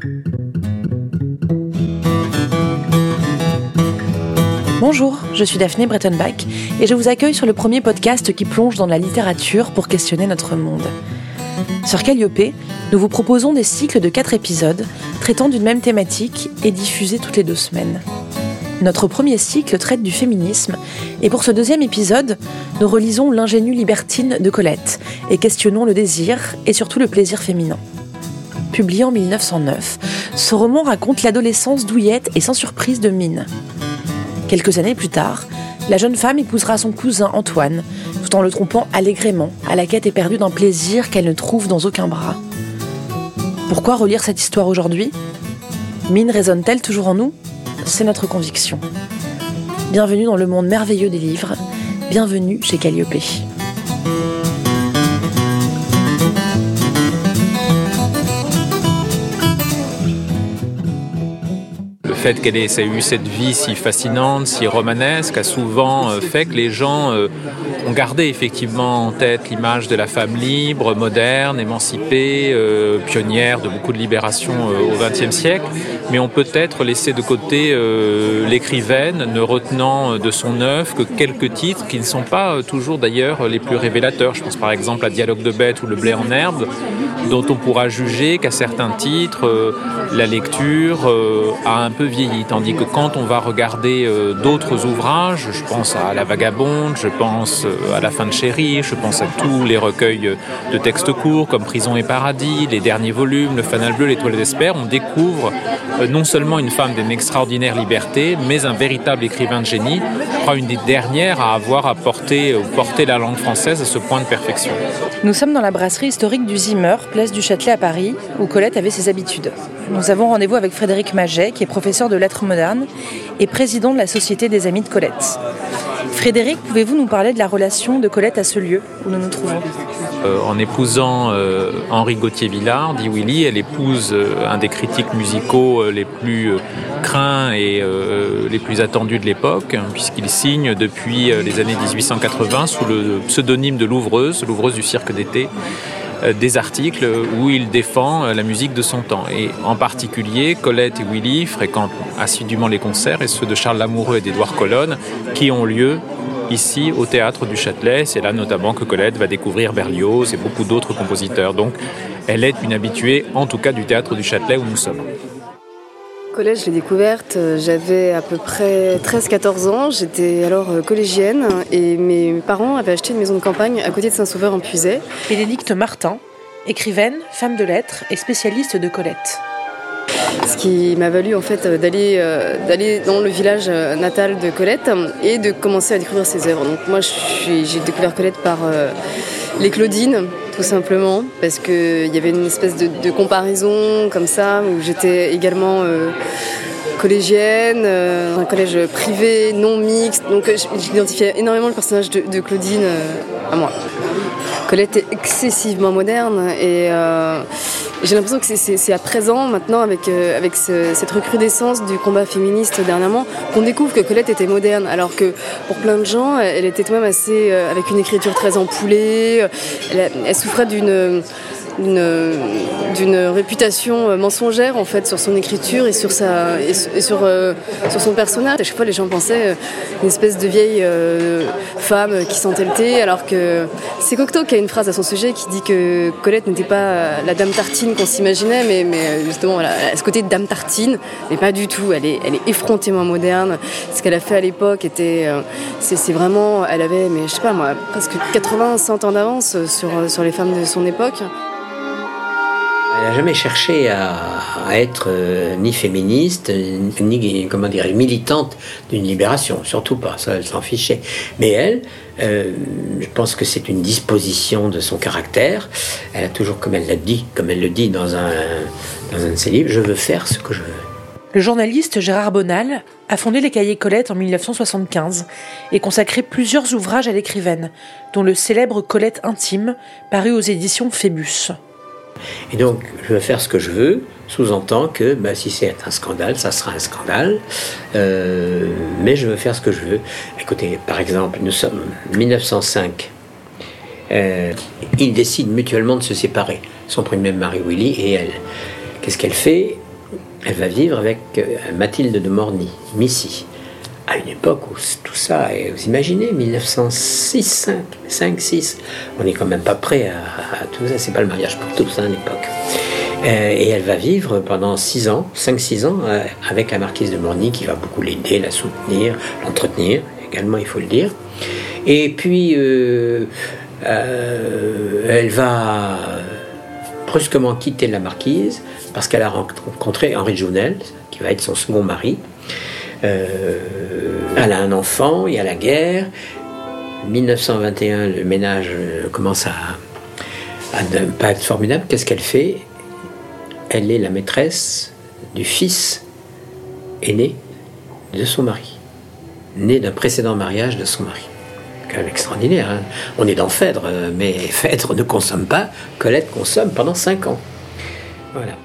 Bonjour, je suis Daphné Breitenbach et je vous accueille sur le premier podcast qui plonge dans la littérature pour questionner notre monde. Sur Calliope, nous vous proposons des cycles de 4 épisodes traitant d'une même thématique et diffusés toutes les 2 semaines. Notre premier cycle traite du féminisme et pour ce 2e épisode, nous relisons L'ingénue libertine de Colette et questionnons le désir et surtout le plaisir féminin. Publié en 1909, ce roman raconte l'adolescence douillette et sans surprise de Mine. Quelques années plus tard, la jeune femme épousera son cousin Antoine, tout en le trompant allègrement, à la quête éperdue d'un plaisir qu'elle ne trouve dans aucun bras. Pourquoi relire cette histoire aujourd'hui ? Mine résonne-t-elle toujours en nous ? C'est notre conviction. Bienvenue dans le monde merveilleux des livres, bienvenue chez Calliope. Le fait qu'elle ait eu cette vie si fascinante, si romanesque, a souvent fait que les gens ont gardé effectivement en tête l'image de la femme libre, moderne, émancipée, pionnière de beaucoup de libération au XXe siècle, mais ont peut-être laissé de côté l'écrivaine, ne retenant de son œuvre que quelques titres qui ne sont pas toujours d'ailleurs les plus révélateurs. Je pense par exemple à Dialogue de bête ou Le blé en herbe, dont on pourra juger qu'à certains titres, la lecture a un peu vieilli, tandis que quand on va regarder d'autres ouvrages, je pense à La Vagabonde, je pense à La fin de Chéri, je pense à tous les recueils de textes courts comme Prison et Paradis, les derniers volumes, Le Fanal bleu, l'Étoile d'Espère, on découvre non seulement une femme d'une extraordinaire liberté, mais un véritable écrivain de génie, je crois une des dernières à avoir porté la langue française à ce point de perfection. Nous sommes dans la brasserie historique du Zimmer, place du Châtelet à Paris, où Colette avait ses habitudes. Nous avons rendez-vous avec Frédéric Maget, qui est professeur de lettres modernes et président de la Société des Amis de Colette. Frédéric, pouvez-vous nous parler de la relation de Colette à ce lieu où nous nous trouvons ? En épousant Henri Gauthier-Villard, dit Willy, elle épouse un des critiques musicaux les plus craints et les plus attendus de l'époque, puisqu'il signe depuis les années 1880 sous le pseudonyme de Louvreuse du cirque d'été, des articles où il défend la musique de son temps. Et en particulier, Colette et Willy fréquentent assidûment les concerts, et ceux de Charles Lamoureux et d'Édouard Colonne, qui ont lieu ici au Théâtre du Châtelet. C'est là notamment que Colette va découvrir Berlioz et beaucoup d'autres compositeurs. Donc elle est une habituée, en tout cas du Théâtre du Châtelet où nous sommes. Colette, je l'ai découverte, j'avais à peu près 13-14 ans, j'étais alors collégienne et mes parents avaient acheté une maison de campagne à côté de Saint-Sauveur-en-Puisaye. Bénédicte Martin, écrivaine, femme de lettres et spécialiste de Colette. Ce qui m'a valu en fait d'aller dans le village natal de Colette et de commencer à découvrir ses œuvres. Donc moi j'ai découvert Colette par les Claudines, tout simplement, parce qu'il y avait une espèce de comparaison comme ça, où j'étais également collégienne, dans un collège privé, non mixte, donc j'identifiais énormément le personnage de Claudine à moi. Colette est excessivement moderne et j'ai l'impression que c'est à présent, maintenant, avec cette recrudescence du combat féministe dernièrement, qu'on découvre que Colette était moderne, alors que pour plein de gens, elle était tout de même assez, avec une écriture très ampoulée, elle souffrait d'une réputation mensongère en fait sur son écriture et sur son personnage. À chaque fois les gens pensaient une espèce de vieille femme qui sentait le thé, alors que c'est Cocteau qui a une phrase à son sujet qui dit que Colette n'était pas la dame tartine qu'on s'imaginait, mais justement voilà, à ce côté de dame tartine, mais pas du tout, elle est effrontément moderne. Ce qu'elle a fait à l'époque était c'est vraiment, elle avait, mais je sais pas moi, presque 80-100 ans d'avance sur les femmes de son époque. Elle n'a jamais cherché à être ni féministe, ni militante d'une libération, surtout pas, ça elle s'en fichait. Mais elle, je pense que c'est une disposition de son caractère. Elle a toujours, comme elle le dit dans un de ses livres, je veux faire ce que je veux. Le journaliste Gérard Bonal a fondé les Cahiers Colette en 1975 et consacré plusieurs ouvrages à l'écrivaine, dont le célèbre Colette intime, paru aux éditions Phébus. Et donc, je veux faire ce que je veux, sous-entend que si c'est un scandale, ça sera un scandale, mais je veux faire ce que je veux. Écoutez, par exemple, nous sommes en 1905, ils décident mutuellement de se séparer, son premier mari Willy et elle. Qu'est-ce qu'elle fait ? elle va vivre avec Mathilde de Morny, Missy. À une époque où tout ça, vous imaginez, 1906, 5, 6, on n'est quand même pas prêt à tout ça, c'est pas le mariage pour tous à l'époque. Et elle va vivre pendant 5-6 ans, avec la marquise de Morny qui va beaucoup l'aider, la soutenir, l'entretenir, également il faut le dire. Et puis, elle va brusquement quitter la marquise parce qu'elle a rencontré Henri Jouvenel, qui va être son second mari. Elle a un enfant, il y a la guerre. 1921, le ménage commence à ne pas être formidable. Qu'est-ce qu'elle fait ? Elle est la maîtresse du fils aîné de son mari, né d'un précédent mariage de son mari. Quand même extraordinaire, hein. On est dans Phèdre, mais Phèdre ne consomme pas, Colette consomme pendant 5 ans. Voilà.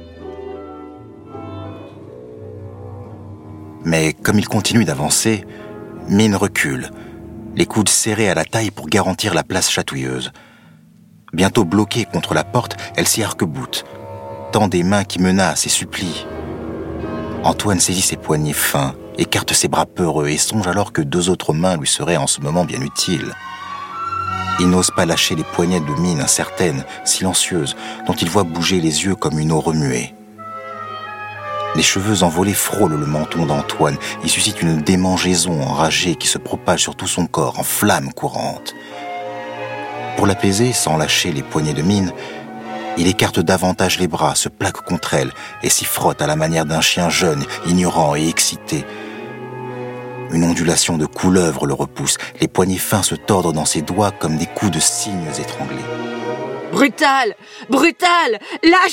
Mais comme il continue d'avancer, Mine recule, les coudes serrés à la taille pour garantir la place chatouilleuse. Bientôt bloquée contre la porte, elle s'y arc-boute, tend des mains qui menacent et supplient. Antoine saisit ses poignets fins, écarte ses bras peureux et songe alors que 2 autres mains lui seraient en ce moment bien utiles. Il n'ose pas lâcher les poignets de Mine incertaine, silencieuse, dont il voit bouger les yeux comme une eau remuée. Les cheveux envolés frôlent le menton d'Antoine et suscitent une démangeaison enragée qui se propage sur tout son corps en flammes courantes. Pour l'apaiser, sans lâcher les poignets de Mine, il écarte davantage les bras, se plaque contre elle et s'y frotte à la manière d'un chien jeune, ignorant et excité. Une ondulation de couleuvre le repousse, les poignets fins se tordent dans ses doigts comme des coups de cygnes étranglés. « Brutal ! Brutal ! Lâche-moi !»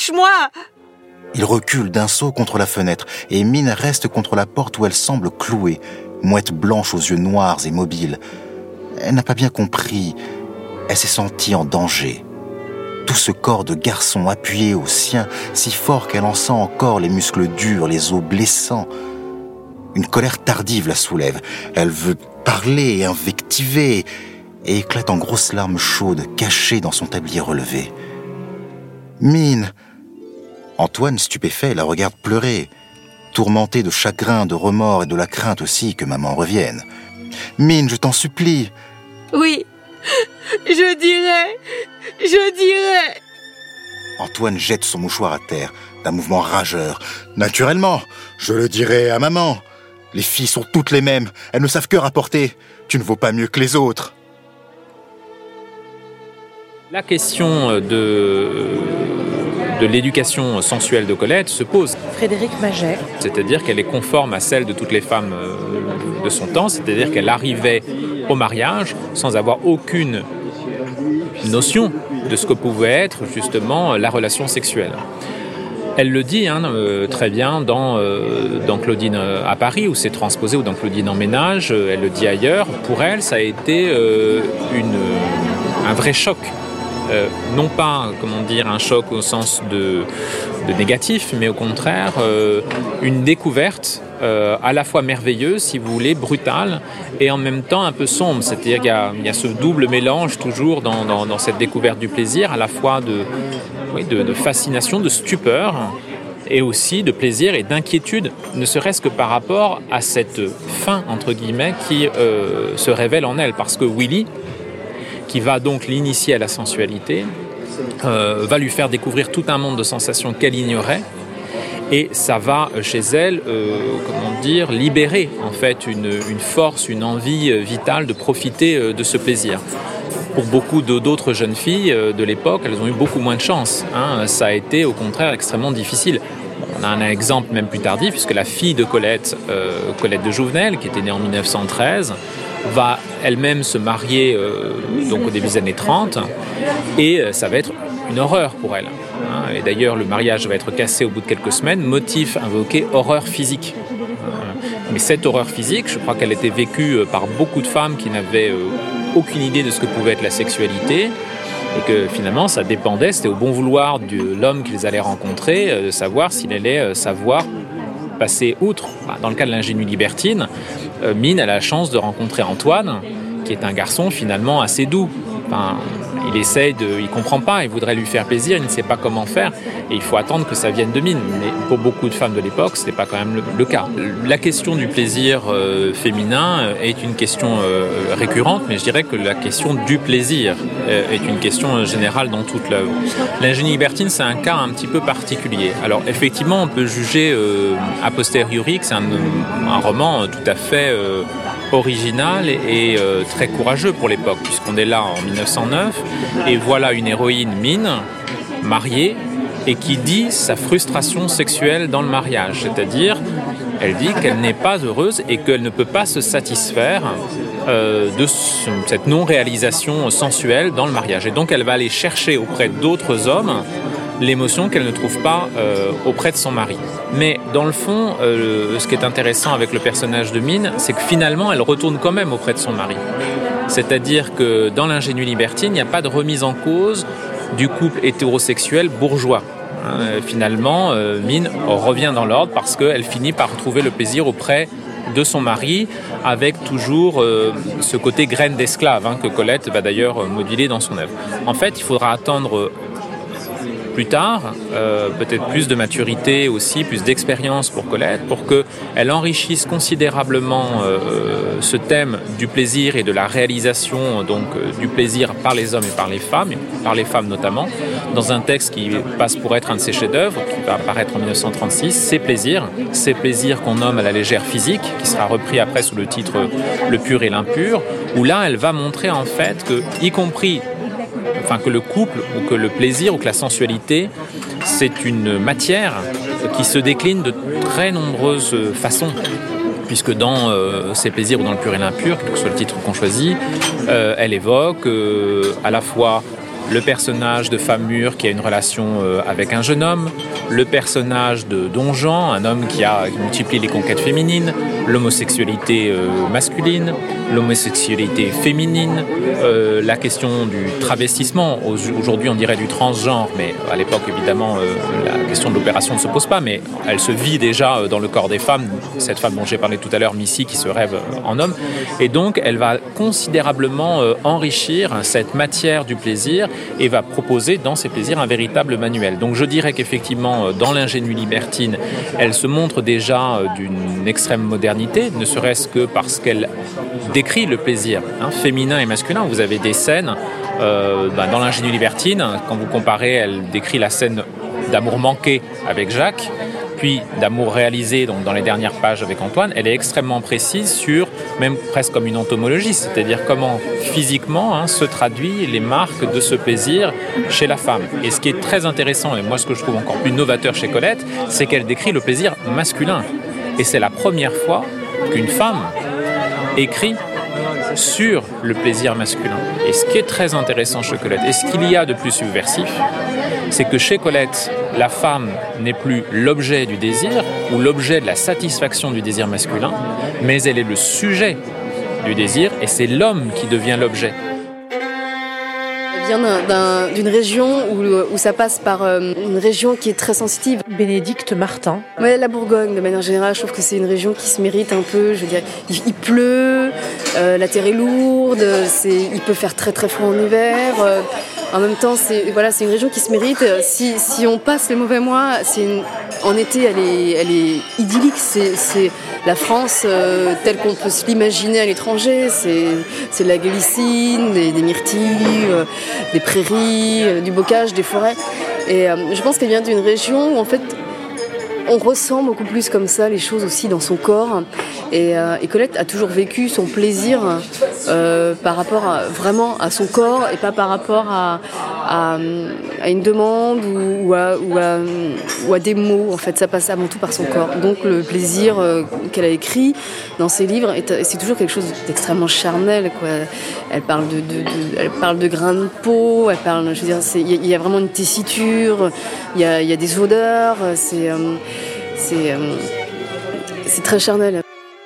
Il recule d'un saut contre la fenêtre et Mine reste contre la porte où elle semble clouée, mouette blanche aux yeux noirs et mobiles. Elle n'a pas bien compris. Elle s'est sentie en danger. Tout ce corps de garçon appuyé au sien, si fort qu'elle en sent encore les muscles durs, les os blessants. Une colère tardive la soulève. Elle veut parler et invectiver et éclate en grosses larmes chaudes cachées dans son tablier relevé. Mine! Antoine, stupéfait, la regarde pleurer, tourmenté de chagrin, de remords et de la crainte aussi que maman revienne. « Mine, je t'en supplie !»« Oui, je dirai !» Antoine jette son mouchoir à terre, d'un mouvement rageur. « Naturellement, je le dirai à maman. Les filles sont toutes les mêmes, elles ne savent que rapporter. Tu ne vaux pas mieux que les autres. » La question de l'éducation sensuelle de Colette se pose. Frédéric Maget. C'est-à-dire qu'elle est conforme à celle de toutes les femmes de son temps, c'est-à-dire qu'elle arrivait au mariage sans avoir aucune notion de ce que pouvait être justement la relation sexuelle. Elle le dit très bien dans Claudine à Paris, où c'est transposé, ou dans Claudine en ménage, elle le dit ailleurs. Pour elle, ça a été un vrai choc. Non pas, un choc au sens de négatif, mais au contraire, une découverte à la fois merveilleuse, si vous voulez, brutale, et en même temps un peu sombre. C'est-à-dire qu'il y a ce double mélange toujours dans cette découverte du plaisir, à la fois de fascination, de stupeur, et aussi de plaisir et d'inquiétude, ne serait-ce que par rapport à cette fin, entre guillemets, qui se révèle en elle. Parce que Willy, qui va donc l'initier à la sensualité, va lui faire découvrir tout un monde de sensations qu'elle ignorait, et ça va chez elle, libérer en fait une force, une envie vitale de profiter de ce plaisir. Pour beaucoup d'autres jeunes filles de l'époque, elles ont eu beaucoup moins de chance. Ça a été au contraire extrêmement difficile. On a un exemple même plus tardif, puisque la fille de Colette, Colette de Jouvenel, qui était née en 1913, va elle-même se marier donc au début des années 30, et ça va être une horreur pour elle. Et d'ailleurs, le mariage va être cassé au bout de quelques semaines, motif invoqué, horreur physique. Mais cette horreur physique, je crois qu'elle était vécue par beaucoup de femmes qui n'avaient aucune idée de ce que pouvait être la sexualité, et que finalement ça dépendait, c'était au bon vouloir de l'homme qu'ils allaient rencontrer, de savoir s'il allait savoir passer outre. Dans le cas de l'ingénue libertine, Mine a la chance de rencontrer Antoine, qui est un garçon finalement assez doux. il comprend pas, il voudrait lui faire plaisir, il ne sait pas comment faire, et il faut attendre que ça vienne de Mine. Mais pour beaucoup de femmes de l'époque, ce n'est pas quand même le cas. La question du plaisir féminin est une question récurrente, mais je dirais que la question du plaisir est une question générale dans toute l'œuvre. L'ingénie libertine, c'est un cas un petit peu particulier. Alors effectivement, on peut juger a posteriori que c'est un roman tout à fait original et très courageux pour l'époque, puisqu'on est là en 1909, et voilà une héroïne, Mine, mariée, et qui dit sa frustration sexuelle dans le mariage, c'est-à-dire elle dit qu'elle n'est pas heureuse et qu'elle ne peut pas se satisfaire de cette non-réalisation sensuelle dans le mariage. Et donc elle va aller chercher auprès d'autres hommes l'émotion qu'elle ne trouve pas auprès de son mari. Mais dans le fond, ce qui est intéressant avec le personnage de Mine, c'est que finalement elle retourne quand même auprès de son mari. C'est-à-dire que dans l'ingénue libertine, il n'y a pas de remise en cause du couple hétérosexuel bourgeois. Finalement, Mine revient dans l'ordre parce qu'elle finit par trouver le plaisir auprès de son mari, avec toujours ce côté graine d'esclave que Colette va d'ailleurs moduler dans son œuvre. En fait, il faudra attendre plus tard, peut-être plus de maturité aussi, plus d'expérience pour Colette, pour qu'elle enrichisse considérablement ce thème du plaisir et de la réalisation donc du plaisir par les hommes et par les femmes notamment, dans un texte qui passe pour être un de ses chefs-d'œuvre, qui va apparaître en 1936, Ces plaisirs qu'on nomme à la légère physique, qui sera repris après sous le titre Le pur et l'impur, où là elle va montrer en fait que, y compris que le couple ou que le plaisir ou que la sensualité, c'est une matière qui se décline de très nombreuses façons. Puisque dans Ces plaisirs ou dans Le pur et l'impur, quel que soit le titre qu'on choisit, elle évoque à la fois le personnage de femme mûre qui a une relation avec un jeune homme, le personnage de Don Juan, un homme qui multiplie les conquêtes féminines, l'homosexualité masculine, l'homosexualité féminine, la question du travestissement, aujourd'hui on dirait du transgenre, mais à l'époque évidemment la question de l'opération ne se pose pas, mais elle se vit déjà dans le corps des femmes, cette femme dont j'ai parlé tout à l'heure, Missy, qui se rêve en homme, et donc elle va considérablement enrichir cette matière du plaisir et va proposer dans ses plaisirs un véritable manuel. Donc je dirais qu'effectivement, dans l'ingénue libertine, elle se montre déjà d'une extrême modernité, ne serait-ce que parce qu'elle décrit le plaisir féminin et masculin. Vous avez des scènes dans l'ingénue libertine, quand vous comparez, elle décrit la scène d'amour manqué avec Jacques, puis d'amour réalisé donc dans les dernières pages avec Antoine. Elle est extrêmement précise sur, même presque comme une entomologie, c'est-à-dire comment physiquement se traduit les marques de ce plaisir chez la femme. Et ce qui est très intéressant, et moi ce que je trouve encore plus novateur chez Colette, c'est qu'elle décrit le plaisir masculin. Et c'est la première fois qu'une femme écrit sur le plaisir masculin. Et ce qui est très intéressant chez Colette, et ce qu'il y a de plus subversif, c'est que chez Colette, la femme n'est plus l'objet du désir ou l'objet de la satisfaction du désir masculin, mais elle est le sujet du désir et c'est l'homme qui devient l'objet. Elle vient d'une région où ça passe par une région qui est très sensitive. Bénédicte Martin. Ouais, la Bourgogne, de manière générale, je trouve que c'est une région qui se mérite un peu. Je veux dire, il pleut, la terre est lourde, il peut faire très très froid en hiver. En même temps, c'est une région qui se mérite. Si on passe les mauvais mois, en été, elle est idyllique. C'est la France telle qu'on peut se l'imaginer à l'étranger. C'est de la glycine, des myrtilles, des prairies, du bocage, des forêts. Et je pense qu'elle vient d'une région où en fait on ressent beaucoup plus comme ça les choses aussi dans son corps. Et Colette a toujours vécu son plaisir par rapport vraiment à son corps et pas par rapport à une demande ou à des mots. En fait, ça passe avant tout par son corps. Donc le plaisir qu'elle a écrit dans ses livres, c'est toujours quelque chose d'extrêmement charnel, quoi. Elle parle de grains de peau, elle parle, je veux dire, il y a vraiment une tessiture, il y a des odeurs, c'est très charnel.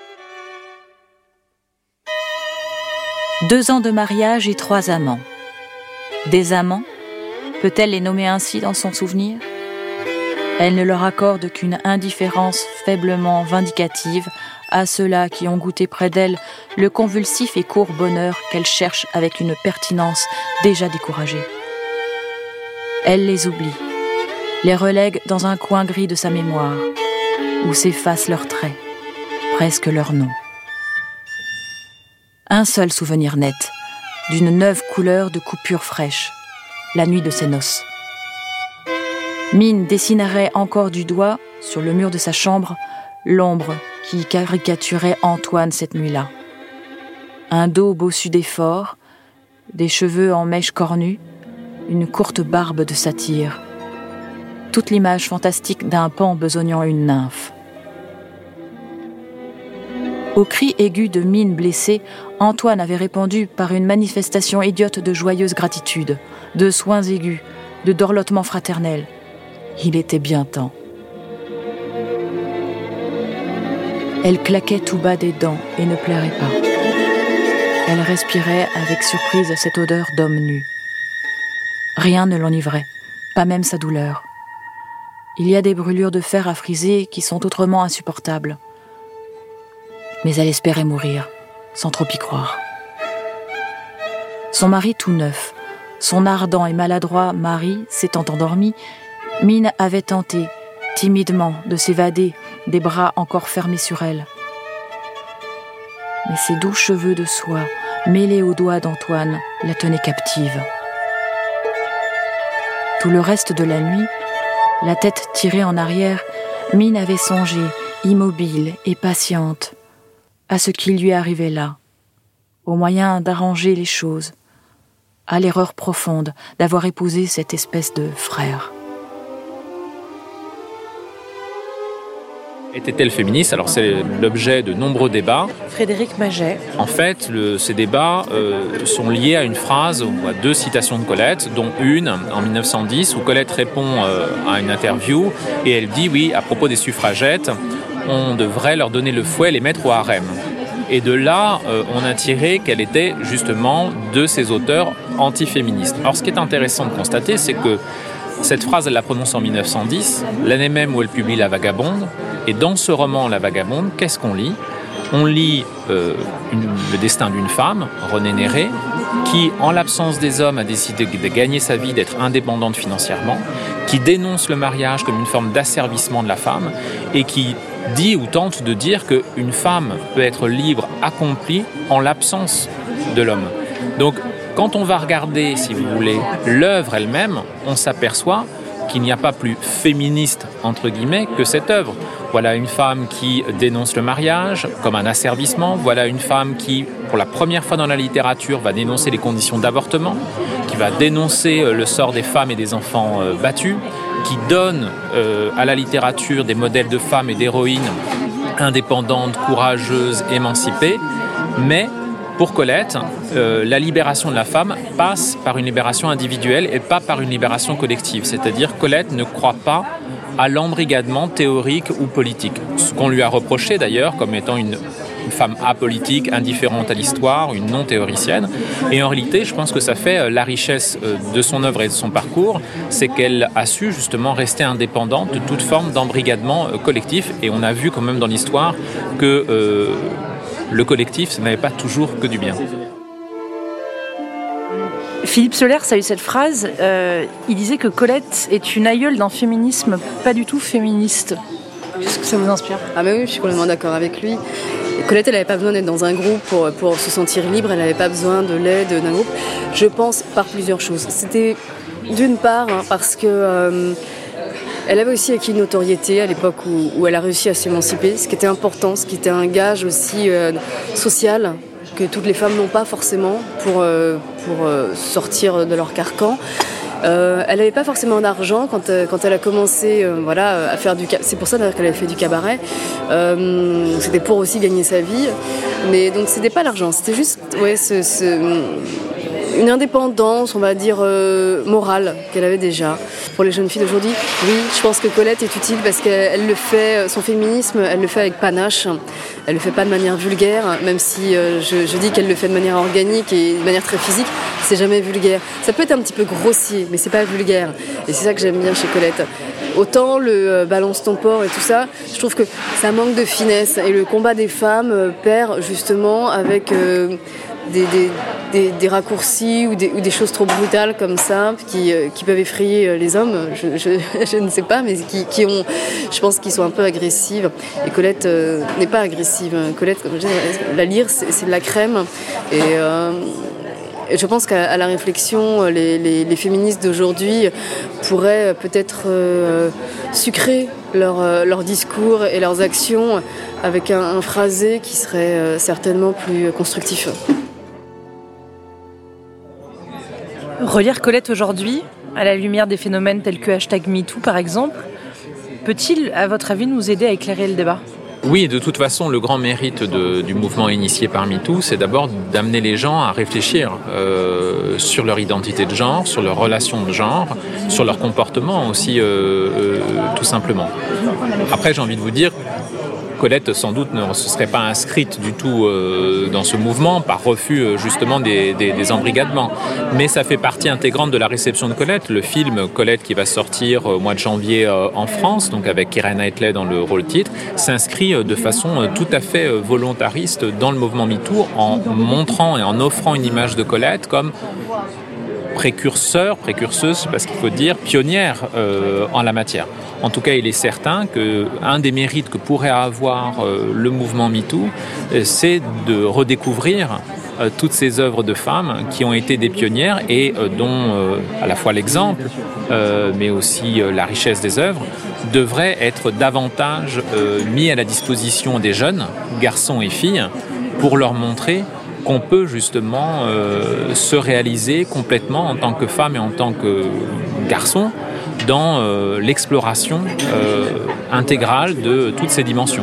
2 ans de mariage et 3 amants. Des amants, peut-elle les nommer ainsi dans son souvenir ? Elle ne leur accorde qu'une indifférence faiblement vindicative à ceux-là qui ont goûté près d'elle le convulsif et court bonheur qu'elle cherche avec une pertinence déjà découragée. Elle les oublie, les relègue dans un coin gris de sa mémoire, où s'effacent leurs traits, presque leurs noms. Un seul souvenir net, d'une neuve couleur de coupure fraîche, la nuit de ses noces. Mine dessinerait encore du doigt, sur le mur de sa chambre, l'ombre qui caricaturait Antoine cette nuit-là. Un dos bossu d'efforts, des cheveux en mèches cornues, une courte barbe de satyre. Toute l'image fantastique d'un pan besognant une nymphe. Au cri aigu de Mine blessée, Antoine avait répondu par une manifestation idiote de joyeuse gratitude, de soins aigus, de dorlotement fraternel. Il était bien temps. Elle claquait tout bas des dents et ne plairait pas. Elle respirait avec surprise cette odeur d'homme nu. Rien ne l'enivrait, pas même sa douleur. Il y a des brûlures de fer à friser qui sont autrement insupportables. Mais elle espérait mourir, sans trop y croire. Son mari tout neuf, son ardent et maladroit mari s'étant endormi, Mine avait tenté, timidement, de s'évader, des bras encore fermés sur elle. Mais ses doux cheveux de soie, mêlés aux doigts d'Antoine, la tenaient captive. Tout le reste de la nuit, la tête tirée en arrière, Mine avait songé, immobile et patiente, à ce qui lui arrivait là, au moyen d'arranger les choses, à l'erreur profonde d'avoir épousé cette espèce de frère. Était-elle féministe ? Alors c'est l'objet de nombreux débats. Frédéric Maget. En fait, ces débats sont liés à une phrase ou à deux citations de Colette, dont une en 1910 où Colette répond à une interview et elle dit oui, à propos des suffragettes, on devrait leur donner le fouet et les mettre au harem. Et de là, on a tiré qu'elle était justement de ces auteurs antiféministes. Alors ce qui est intéressant de constater, c'est que cette phrase, elle la prononce en 1910, l'année même où elle publie La Vagabonde. Et dans ce roman, La Vagabonde, qu'est-ce qu'on lit ? On lit le destin d'une femme, Renée Néré, qui, en l'absence des hommes, a décidé de gagner sa vie, d'être indépendante financièrement, qui dénonce le mariage comme une forme d'asservissement de la femme et qui dit ou tente de dire qu'une femme peut être libre, accomplie, en l'absence de l'homme. Donc, quand on va regarder, si vous voulez, l'œuvre elle-même, on s'aperçoit qu'il n'y a pas plus féministe, entre guillemets, que cette œuvre. Voilà une femme qui dénonce le mariage comme un asservissement. Voilà une femme qui, pour la première fois dans la littérature, va dénoncer les conditions d'avortement, qui va dénoncer le sort des femmes et des enfants battus, qui donne à la littérature des modèles de femmes et d'héroïnes indépendantes, courageuses, émancipées, mais pour Colette, la libération de la femme passe par une libération individuelle et pas par une libération collective. C'est-à-dire Colette ne croit pas à l'embrigadement théorique ou politique. Ce qu'on lui a reproché d'ailleurs comme étant une femme apolitique, indifférente à l'histoire, une non-théoricienne. Et en réalité, je pense que ça fait la richesse de son œuvre et de son parcours, c'est qu'elle a su justement rester indépendante de toute forme d'embrigadement collectif. Et on a vu quand même dans l'histoire que le collectif, ça n'avait pas toujours que du bien. Philippe Solers a eu cette phrase, il disait que Colette est une aïeule d'un féminisme pas du tout féministe. Qu'est-ce que ça vous inspire ? Ah mais oui, je suis complètement d'accord avec lui. Colette, elle n'avait pas besoin d'être dans un groupe pour se sentir libre, elle n'avait pas besoin de l'aide d'un groupe. Je pense par plusieurs choses. C'était d'une part parce que elle avait aussi acquis une notoriété à l'époque où elle a réussi à s'émanciper, ce qui était important, ce qui était un gage aussi social que toutes les femmes n'ont pas forcément pour sortir de leur carcan. Elle n'avait pas forcément d'argent quand elle a commencé à faire du cabaret. C'est pour ça d'ailleurs qu'elle avait fait du cabaret. C'était pour aussi gagner sa vie. Mais donc c'était pas l'argent, c'était juste une indépendance, on va dire, morale qu'elle avait déjà. Pour les jeunes filles d'aujourd'hui, oui, je pense que Colette est utile parce qu'elle le fait, son féminisme, elle le fait avec panache. Elle le fait pas de manière vulgaire, même si je dis qu'elle le fait de manière organique et de manière très physique, c'est jamais vulgaire. Ça peut être un petit peu grossier, mais c'est pas vulgaire. Et c'est ça que j'aime bien chez Colette. autant le balance ton porc et tout ça, je trouve que ça manque de finesse. Et le combat des femmes perd justement avec des raccourcis ou des choses trop brutales comme ça qui peuvent effrayer les hommes, je ne sais pas, mais je pense qu'ils sont un peu agressives. Et Colette n'est pas agressive. Colette, comme je dis, la lire, c'est de la crème. Et je pense qu'à la réflexion, les féministes d'aujourd'hui pourraient peut-être sucrer leur discours et leurs actions avec un phrasé qui serait certainement plus constructif. Relire Colette aujourd'hui, à la lumière des phénomènes tels que #MeToo par exemple, peut-il, à votre avis, nous aider à éclairer le débat ? Oui, de toute façon, le grand mérite du mouvement initié par MeToo, c'est d'abord d'amener les gens à réfléchir sur leur identité de genre, sur leur relation de genre, sur leur comportement aussi, tout simplement. Après, j'ai envie de vous dire, Colette, sans doute, ne se serait pas inscrite du tout dans ce mouvement par refus justement des embrigadements. Mais ça fait partie intégrante de la réception de Colette. Le film Colette qui va sortir au mois de janvier en France, donc avec Keira Knightley dans le rôle titre, s'inscrit de façon tout à fait volontariste dans le mouvement MeToo en montrant et en offrant une image de Colette comme précurseuse, parce qu'il faut dire, pionnière en la matière. En tout cas, il est certain qu'un des mérites que pourrait avoir le mouvement MeToo, c'est de redécouvrir toutes ces œuvres de femmes qui ont été des pionnières et dont à la fois l'exemple, mais aussi la richesse des œuvres, devrait être davantage mis à la disposition des jeunes, garçons et filles, pour leur montrer qu'on peut justement se réaliser complètement en tant que femme et en tant que garçon dans l'exploration intégrale de toutes ces dimensions.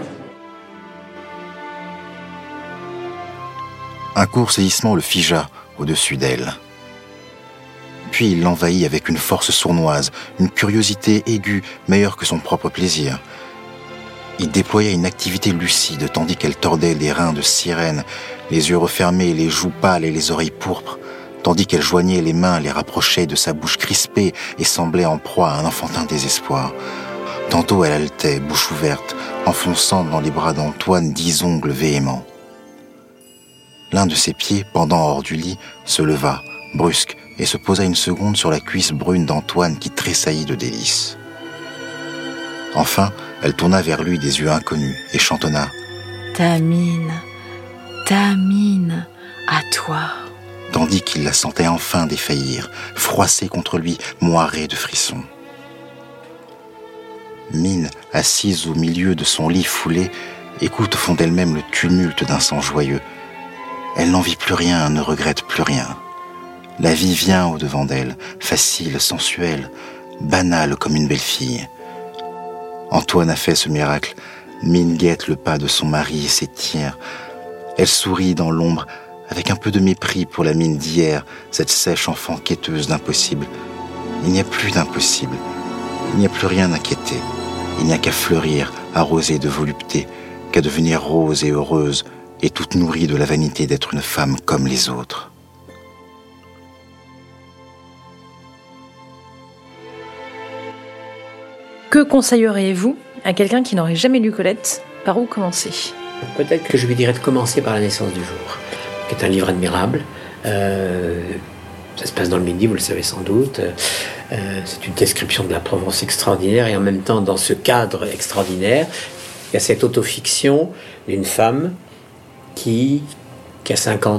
Un court saisissement le figea au-dessus d'elle. Puis il l'envahit avec une force sournoise, une curiosité aiguë, meilleure que son propre plaisir. Il déploya une activité lucide, tandis qu'elle tordait les reins de sirène, les yeux refermés, les joues pâles et les oreilles pourpres, tandis qu'elle joignait les mains, les rapprochait de sa bouche crispée et semblait en proie à un enfantin désespoir. Tantôt elle haletait, bouche ouverte, enfonçant dans les bras d'Antoine 10 ongles véhéments. L'un de ses pieds, pendant hors du lit, se leva, brusque, et se posa une seconde sur la cuisse brune d'Antoine qui tressaillit de délices. Enfin, elle tourna vers lui des yeux inconnus et chantonna « Ta mine, à toi !» tandis qu'il la sentait enfin défaillir, froissée contre lui, moirée de frissons. Mine, assise au milieu de son lit foulé, écoute au fond d'elle-même le tumulte d'un sang joyeux. Elle n'en vit plus rien, ne regrette plus rien. La vie vient au-devant d'elle, facile, sensuelle, banale comme une belle fille. Antoine a fait ce miracle. Mine guette le pas de son mari et s'étire. Elle sourit dans l'ombre, avec un peu de mépris pour la Mine d'hier, cette sèche enfant quêteuse d'impossible. Il n'y a plus d'impossible. Il n'y a plus rien à quêter. Il n'y a qu'à fleurir, arroser de volupté, qu'à devenir rose et heureuse, et toute nourrie de la vanité d'être une femme comme les autres. Que conseilleriez-vous à quelqu'un qui n'aurait jamais lu Colette ? Par où commencer ? Peut-être que je lui dirais de commencer par La naissance du jour, qui est un livre admirable. Ça se passe dans le Midi, vous le savez sans doute. C'est une description de la Provence extraordinaire, et en même temps, dans ce cadre extraordinaire, il y a cette autofiction d'une femme qui a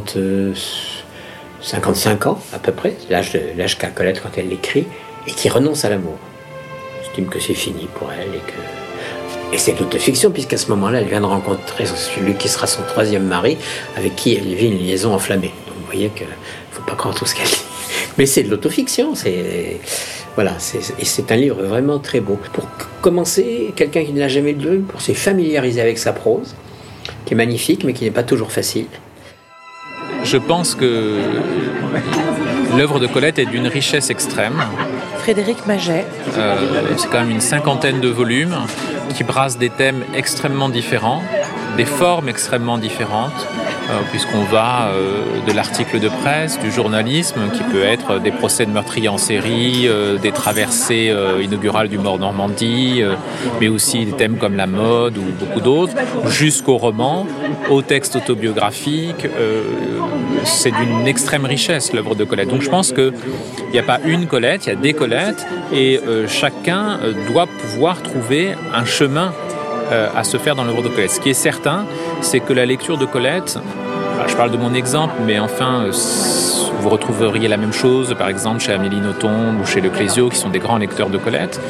55 ans à peu près, l'âge qu'a Colette quand elle l'écrit, et qui renonce à l'amour. J'estime que c'est fini pour elle et c'est l'autofiction, puisqu'à ce moment-là, elle vient de rencontrer celui qui sera son troisième mari, avec qui elle vit une liaison enflammée. Donc vous voyez qu'il ne faut pas croire tout ce qu'elle dit. Mais c'est de l'autofiction, et c'est un livre vraiment très beau. Pour commencer, quelqu'un qui ne l'a jamais lu, pour se familiariser avec sa prose, qui est magnifique, mais qui n'est pas toujours facile. Je pense que l'œuvre de Colette est d'une richesse extrême. Frédéric Maget. C'est quand même une 50aine de volumes qui brassent des thèmes extrêmement différents, des formes extrêmement différentes, puisqu'on va de l'article de presse, du journalisme, qui peut être des procès de meurtriers en série, des traversées inaugurales du Nord-Normandie, mais aussi des thèmes comme la mode ou beaucoup d'autres, jusqu'au roman, au texte autobiographique. C'est d'une extrême richesse, l'œuvre de Colette. Donc je pense qu'il n'y a pas une Colette, il y a des Colettes, et chacun doit pouvoir trouver un chemin à se faire dans l'œuvre de Colette. Ce qui est certain, c'est que la lecture de Colette, je parle de mon exemple, mais enfin, vous retrouveriez la même chose, par exemple, chez Amélie Nothomb ou chez Le Clésio, qui sont des grands lecteurs de Colette.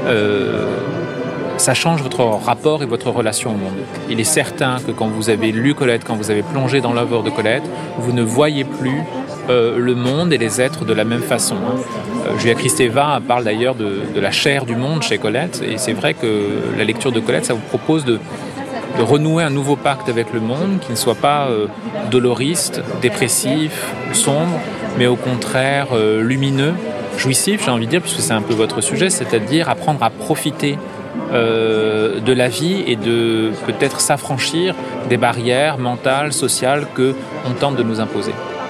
Ça change votre rapport et votre relation au monde. Il est certain que quand vous avez lu Colette, quand vous avez plongé dans l'œuvre de Colette, vous ne voyez plus le monde et les êtres de la même façon. Julia Kristeva parle d'ailleurs de la chair du monde chez Colette, et c'est vrai que la lecture de Colette, ça vous propose de renouer un nouveau pacte avec le monde qui ne soit pas doloriste, dépressif, sombre, mais au contraire lumineux, jouissif, j'ai envie de dire, puisque c'est un peu votre sujet, c'est-à-dire apprendre à profiter de la vie et de peut-être s'affranchir des barrières mentales, sociales qu'on tente de nous imposer.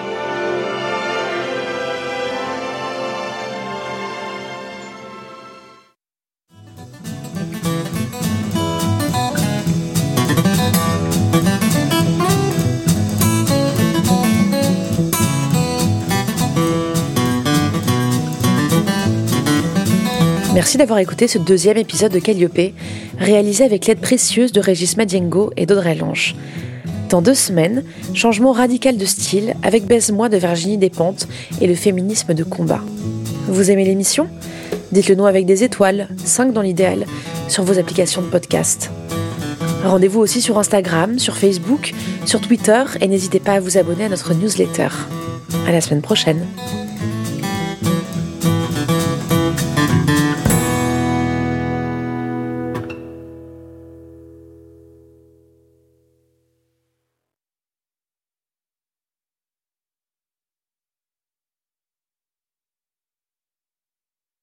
Merci d'avoir écouté ce 2e épisode de Calliope, réalisé avec l'aide précieuse de Régis Madiengo et d'Audrey Lange. Dans 2 semaines, changement radical de style avec Baise-moi de Virginie Despentes et le féminisme de combat. Vous aimez l'émission ? Dites-le nous avec des étoiles, 5 dans l'idéal, sur vos applications de podcast. Rendez-vous aussi sur Instagram, sur Facebook, sur Twitter et n'hésitez pas à vous abonner à notre newsletter. À la semaine prochaine.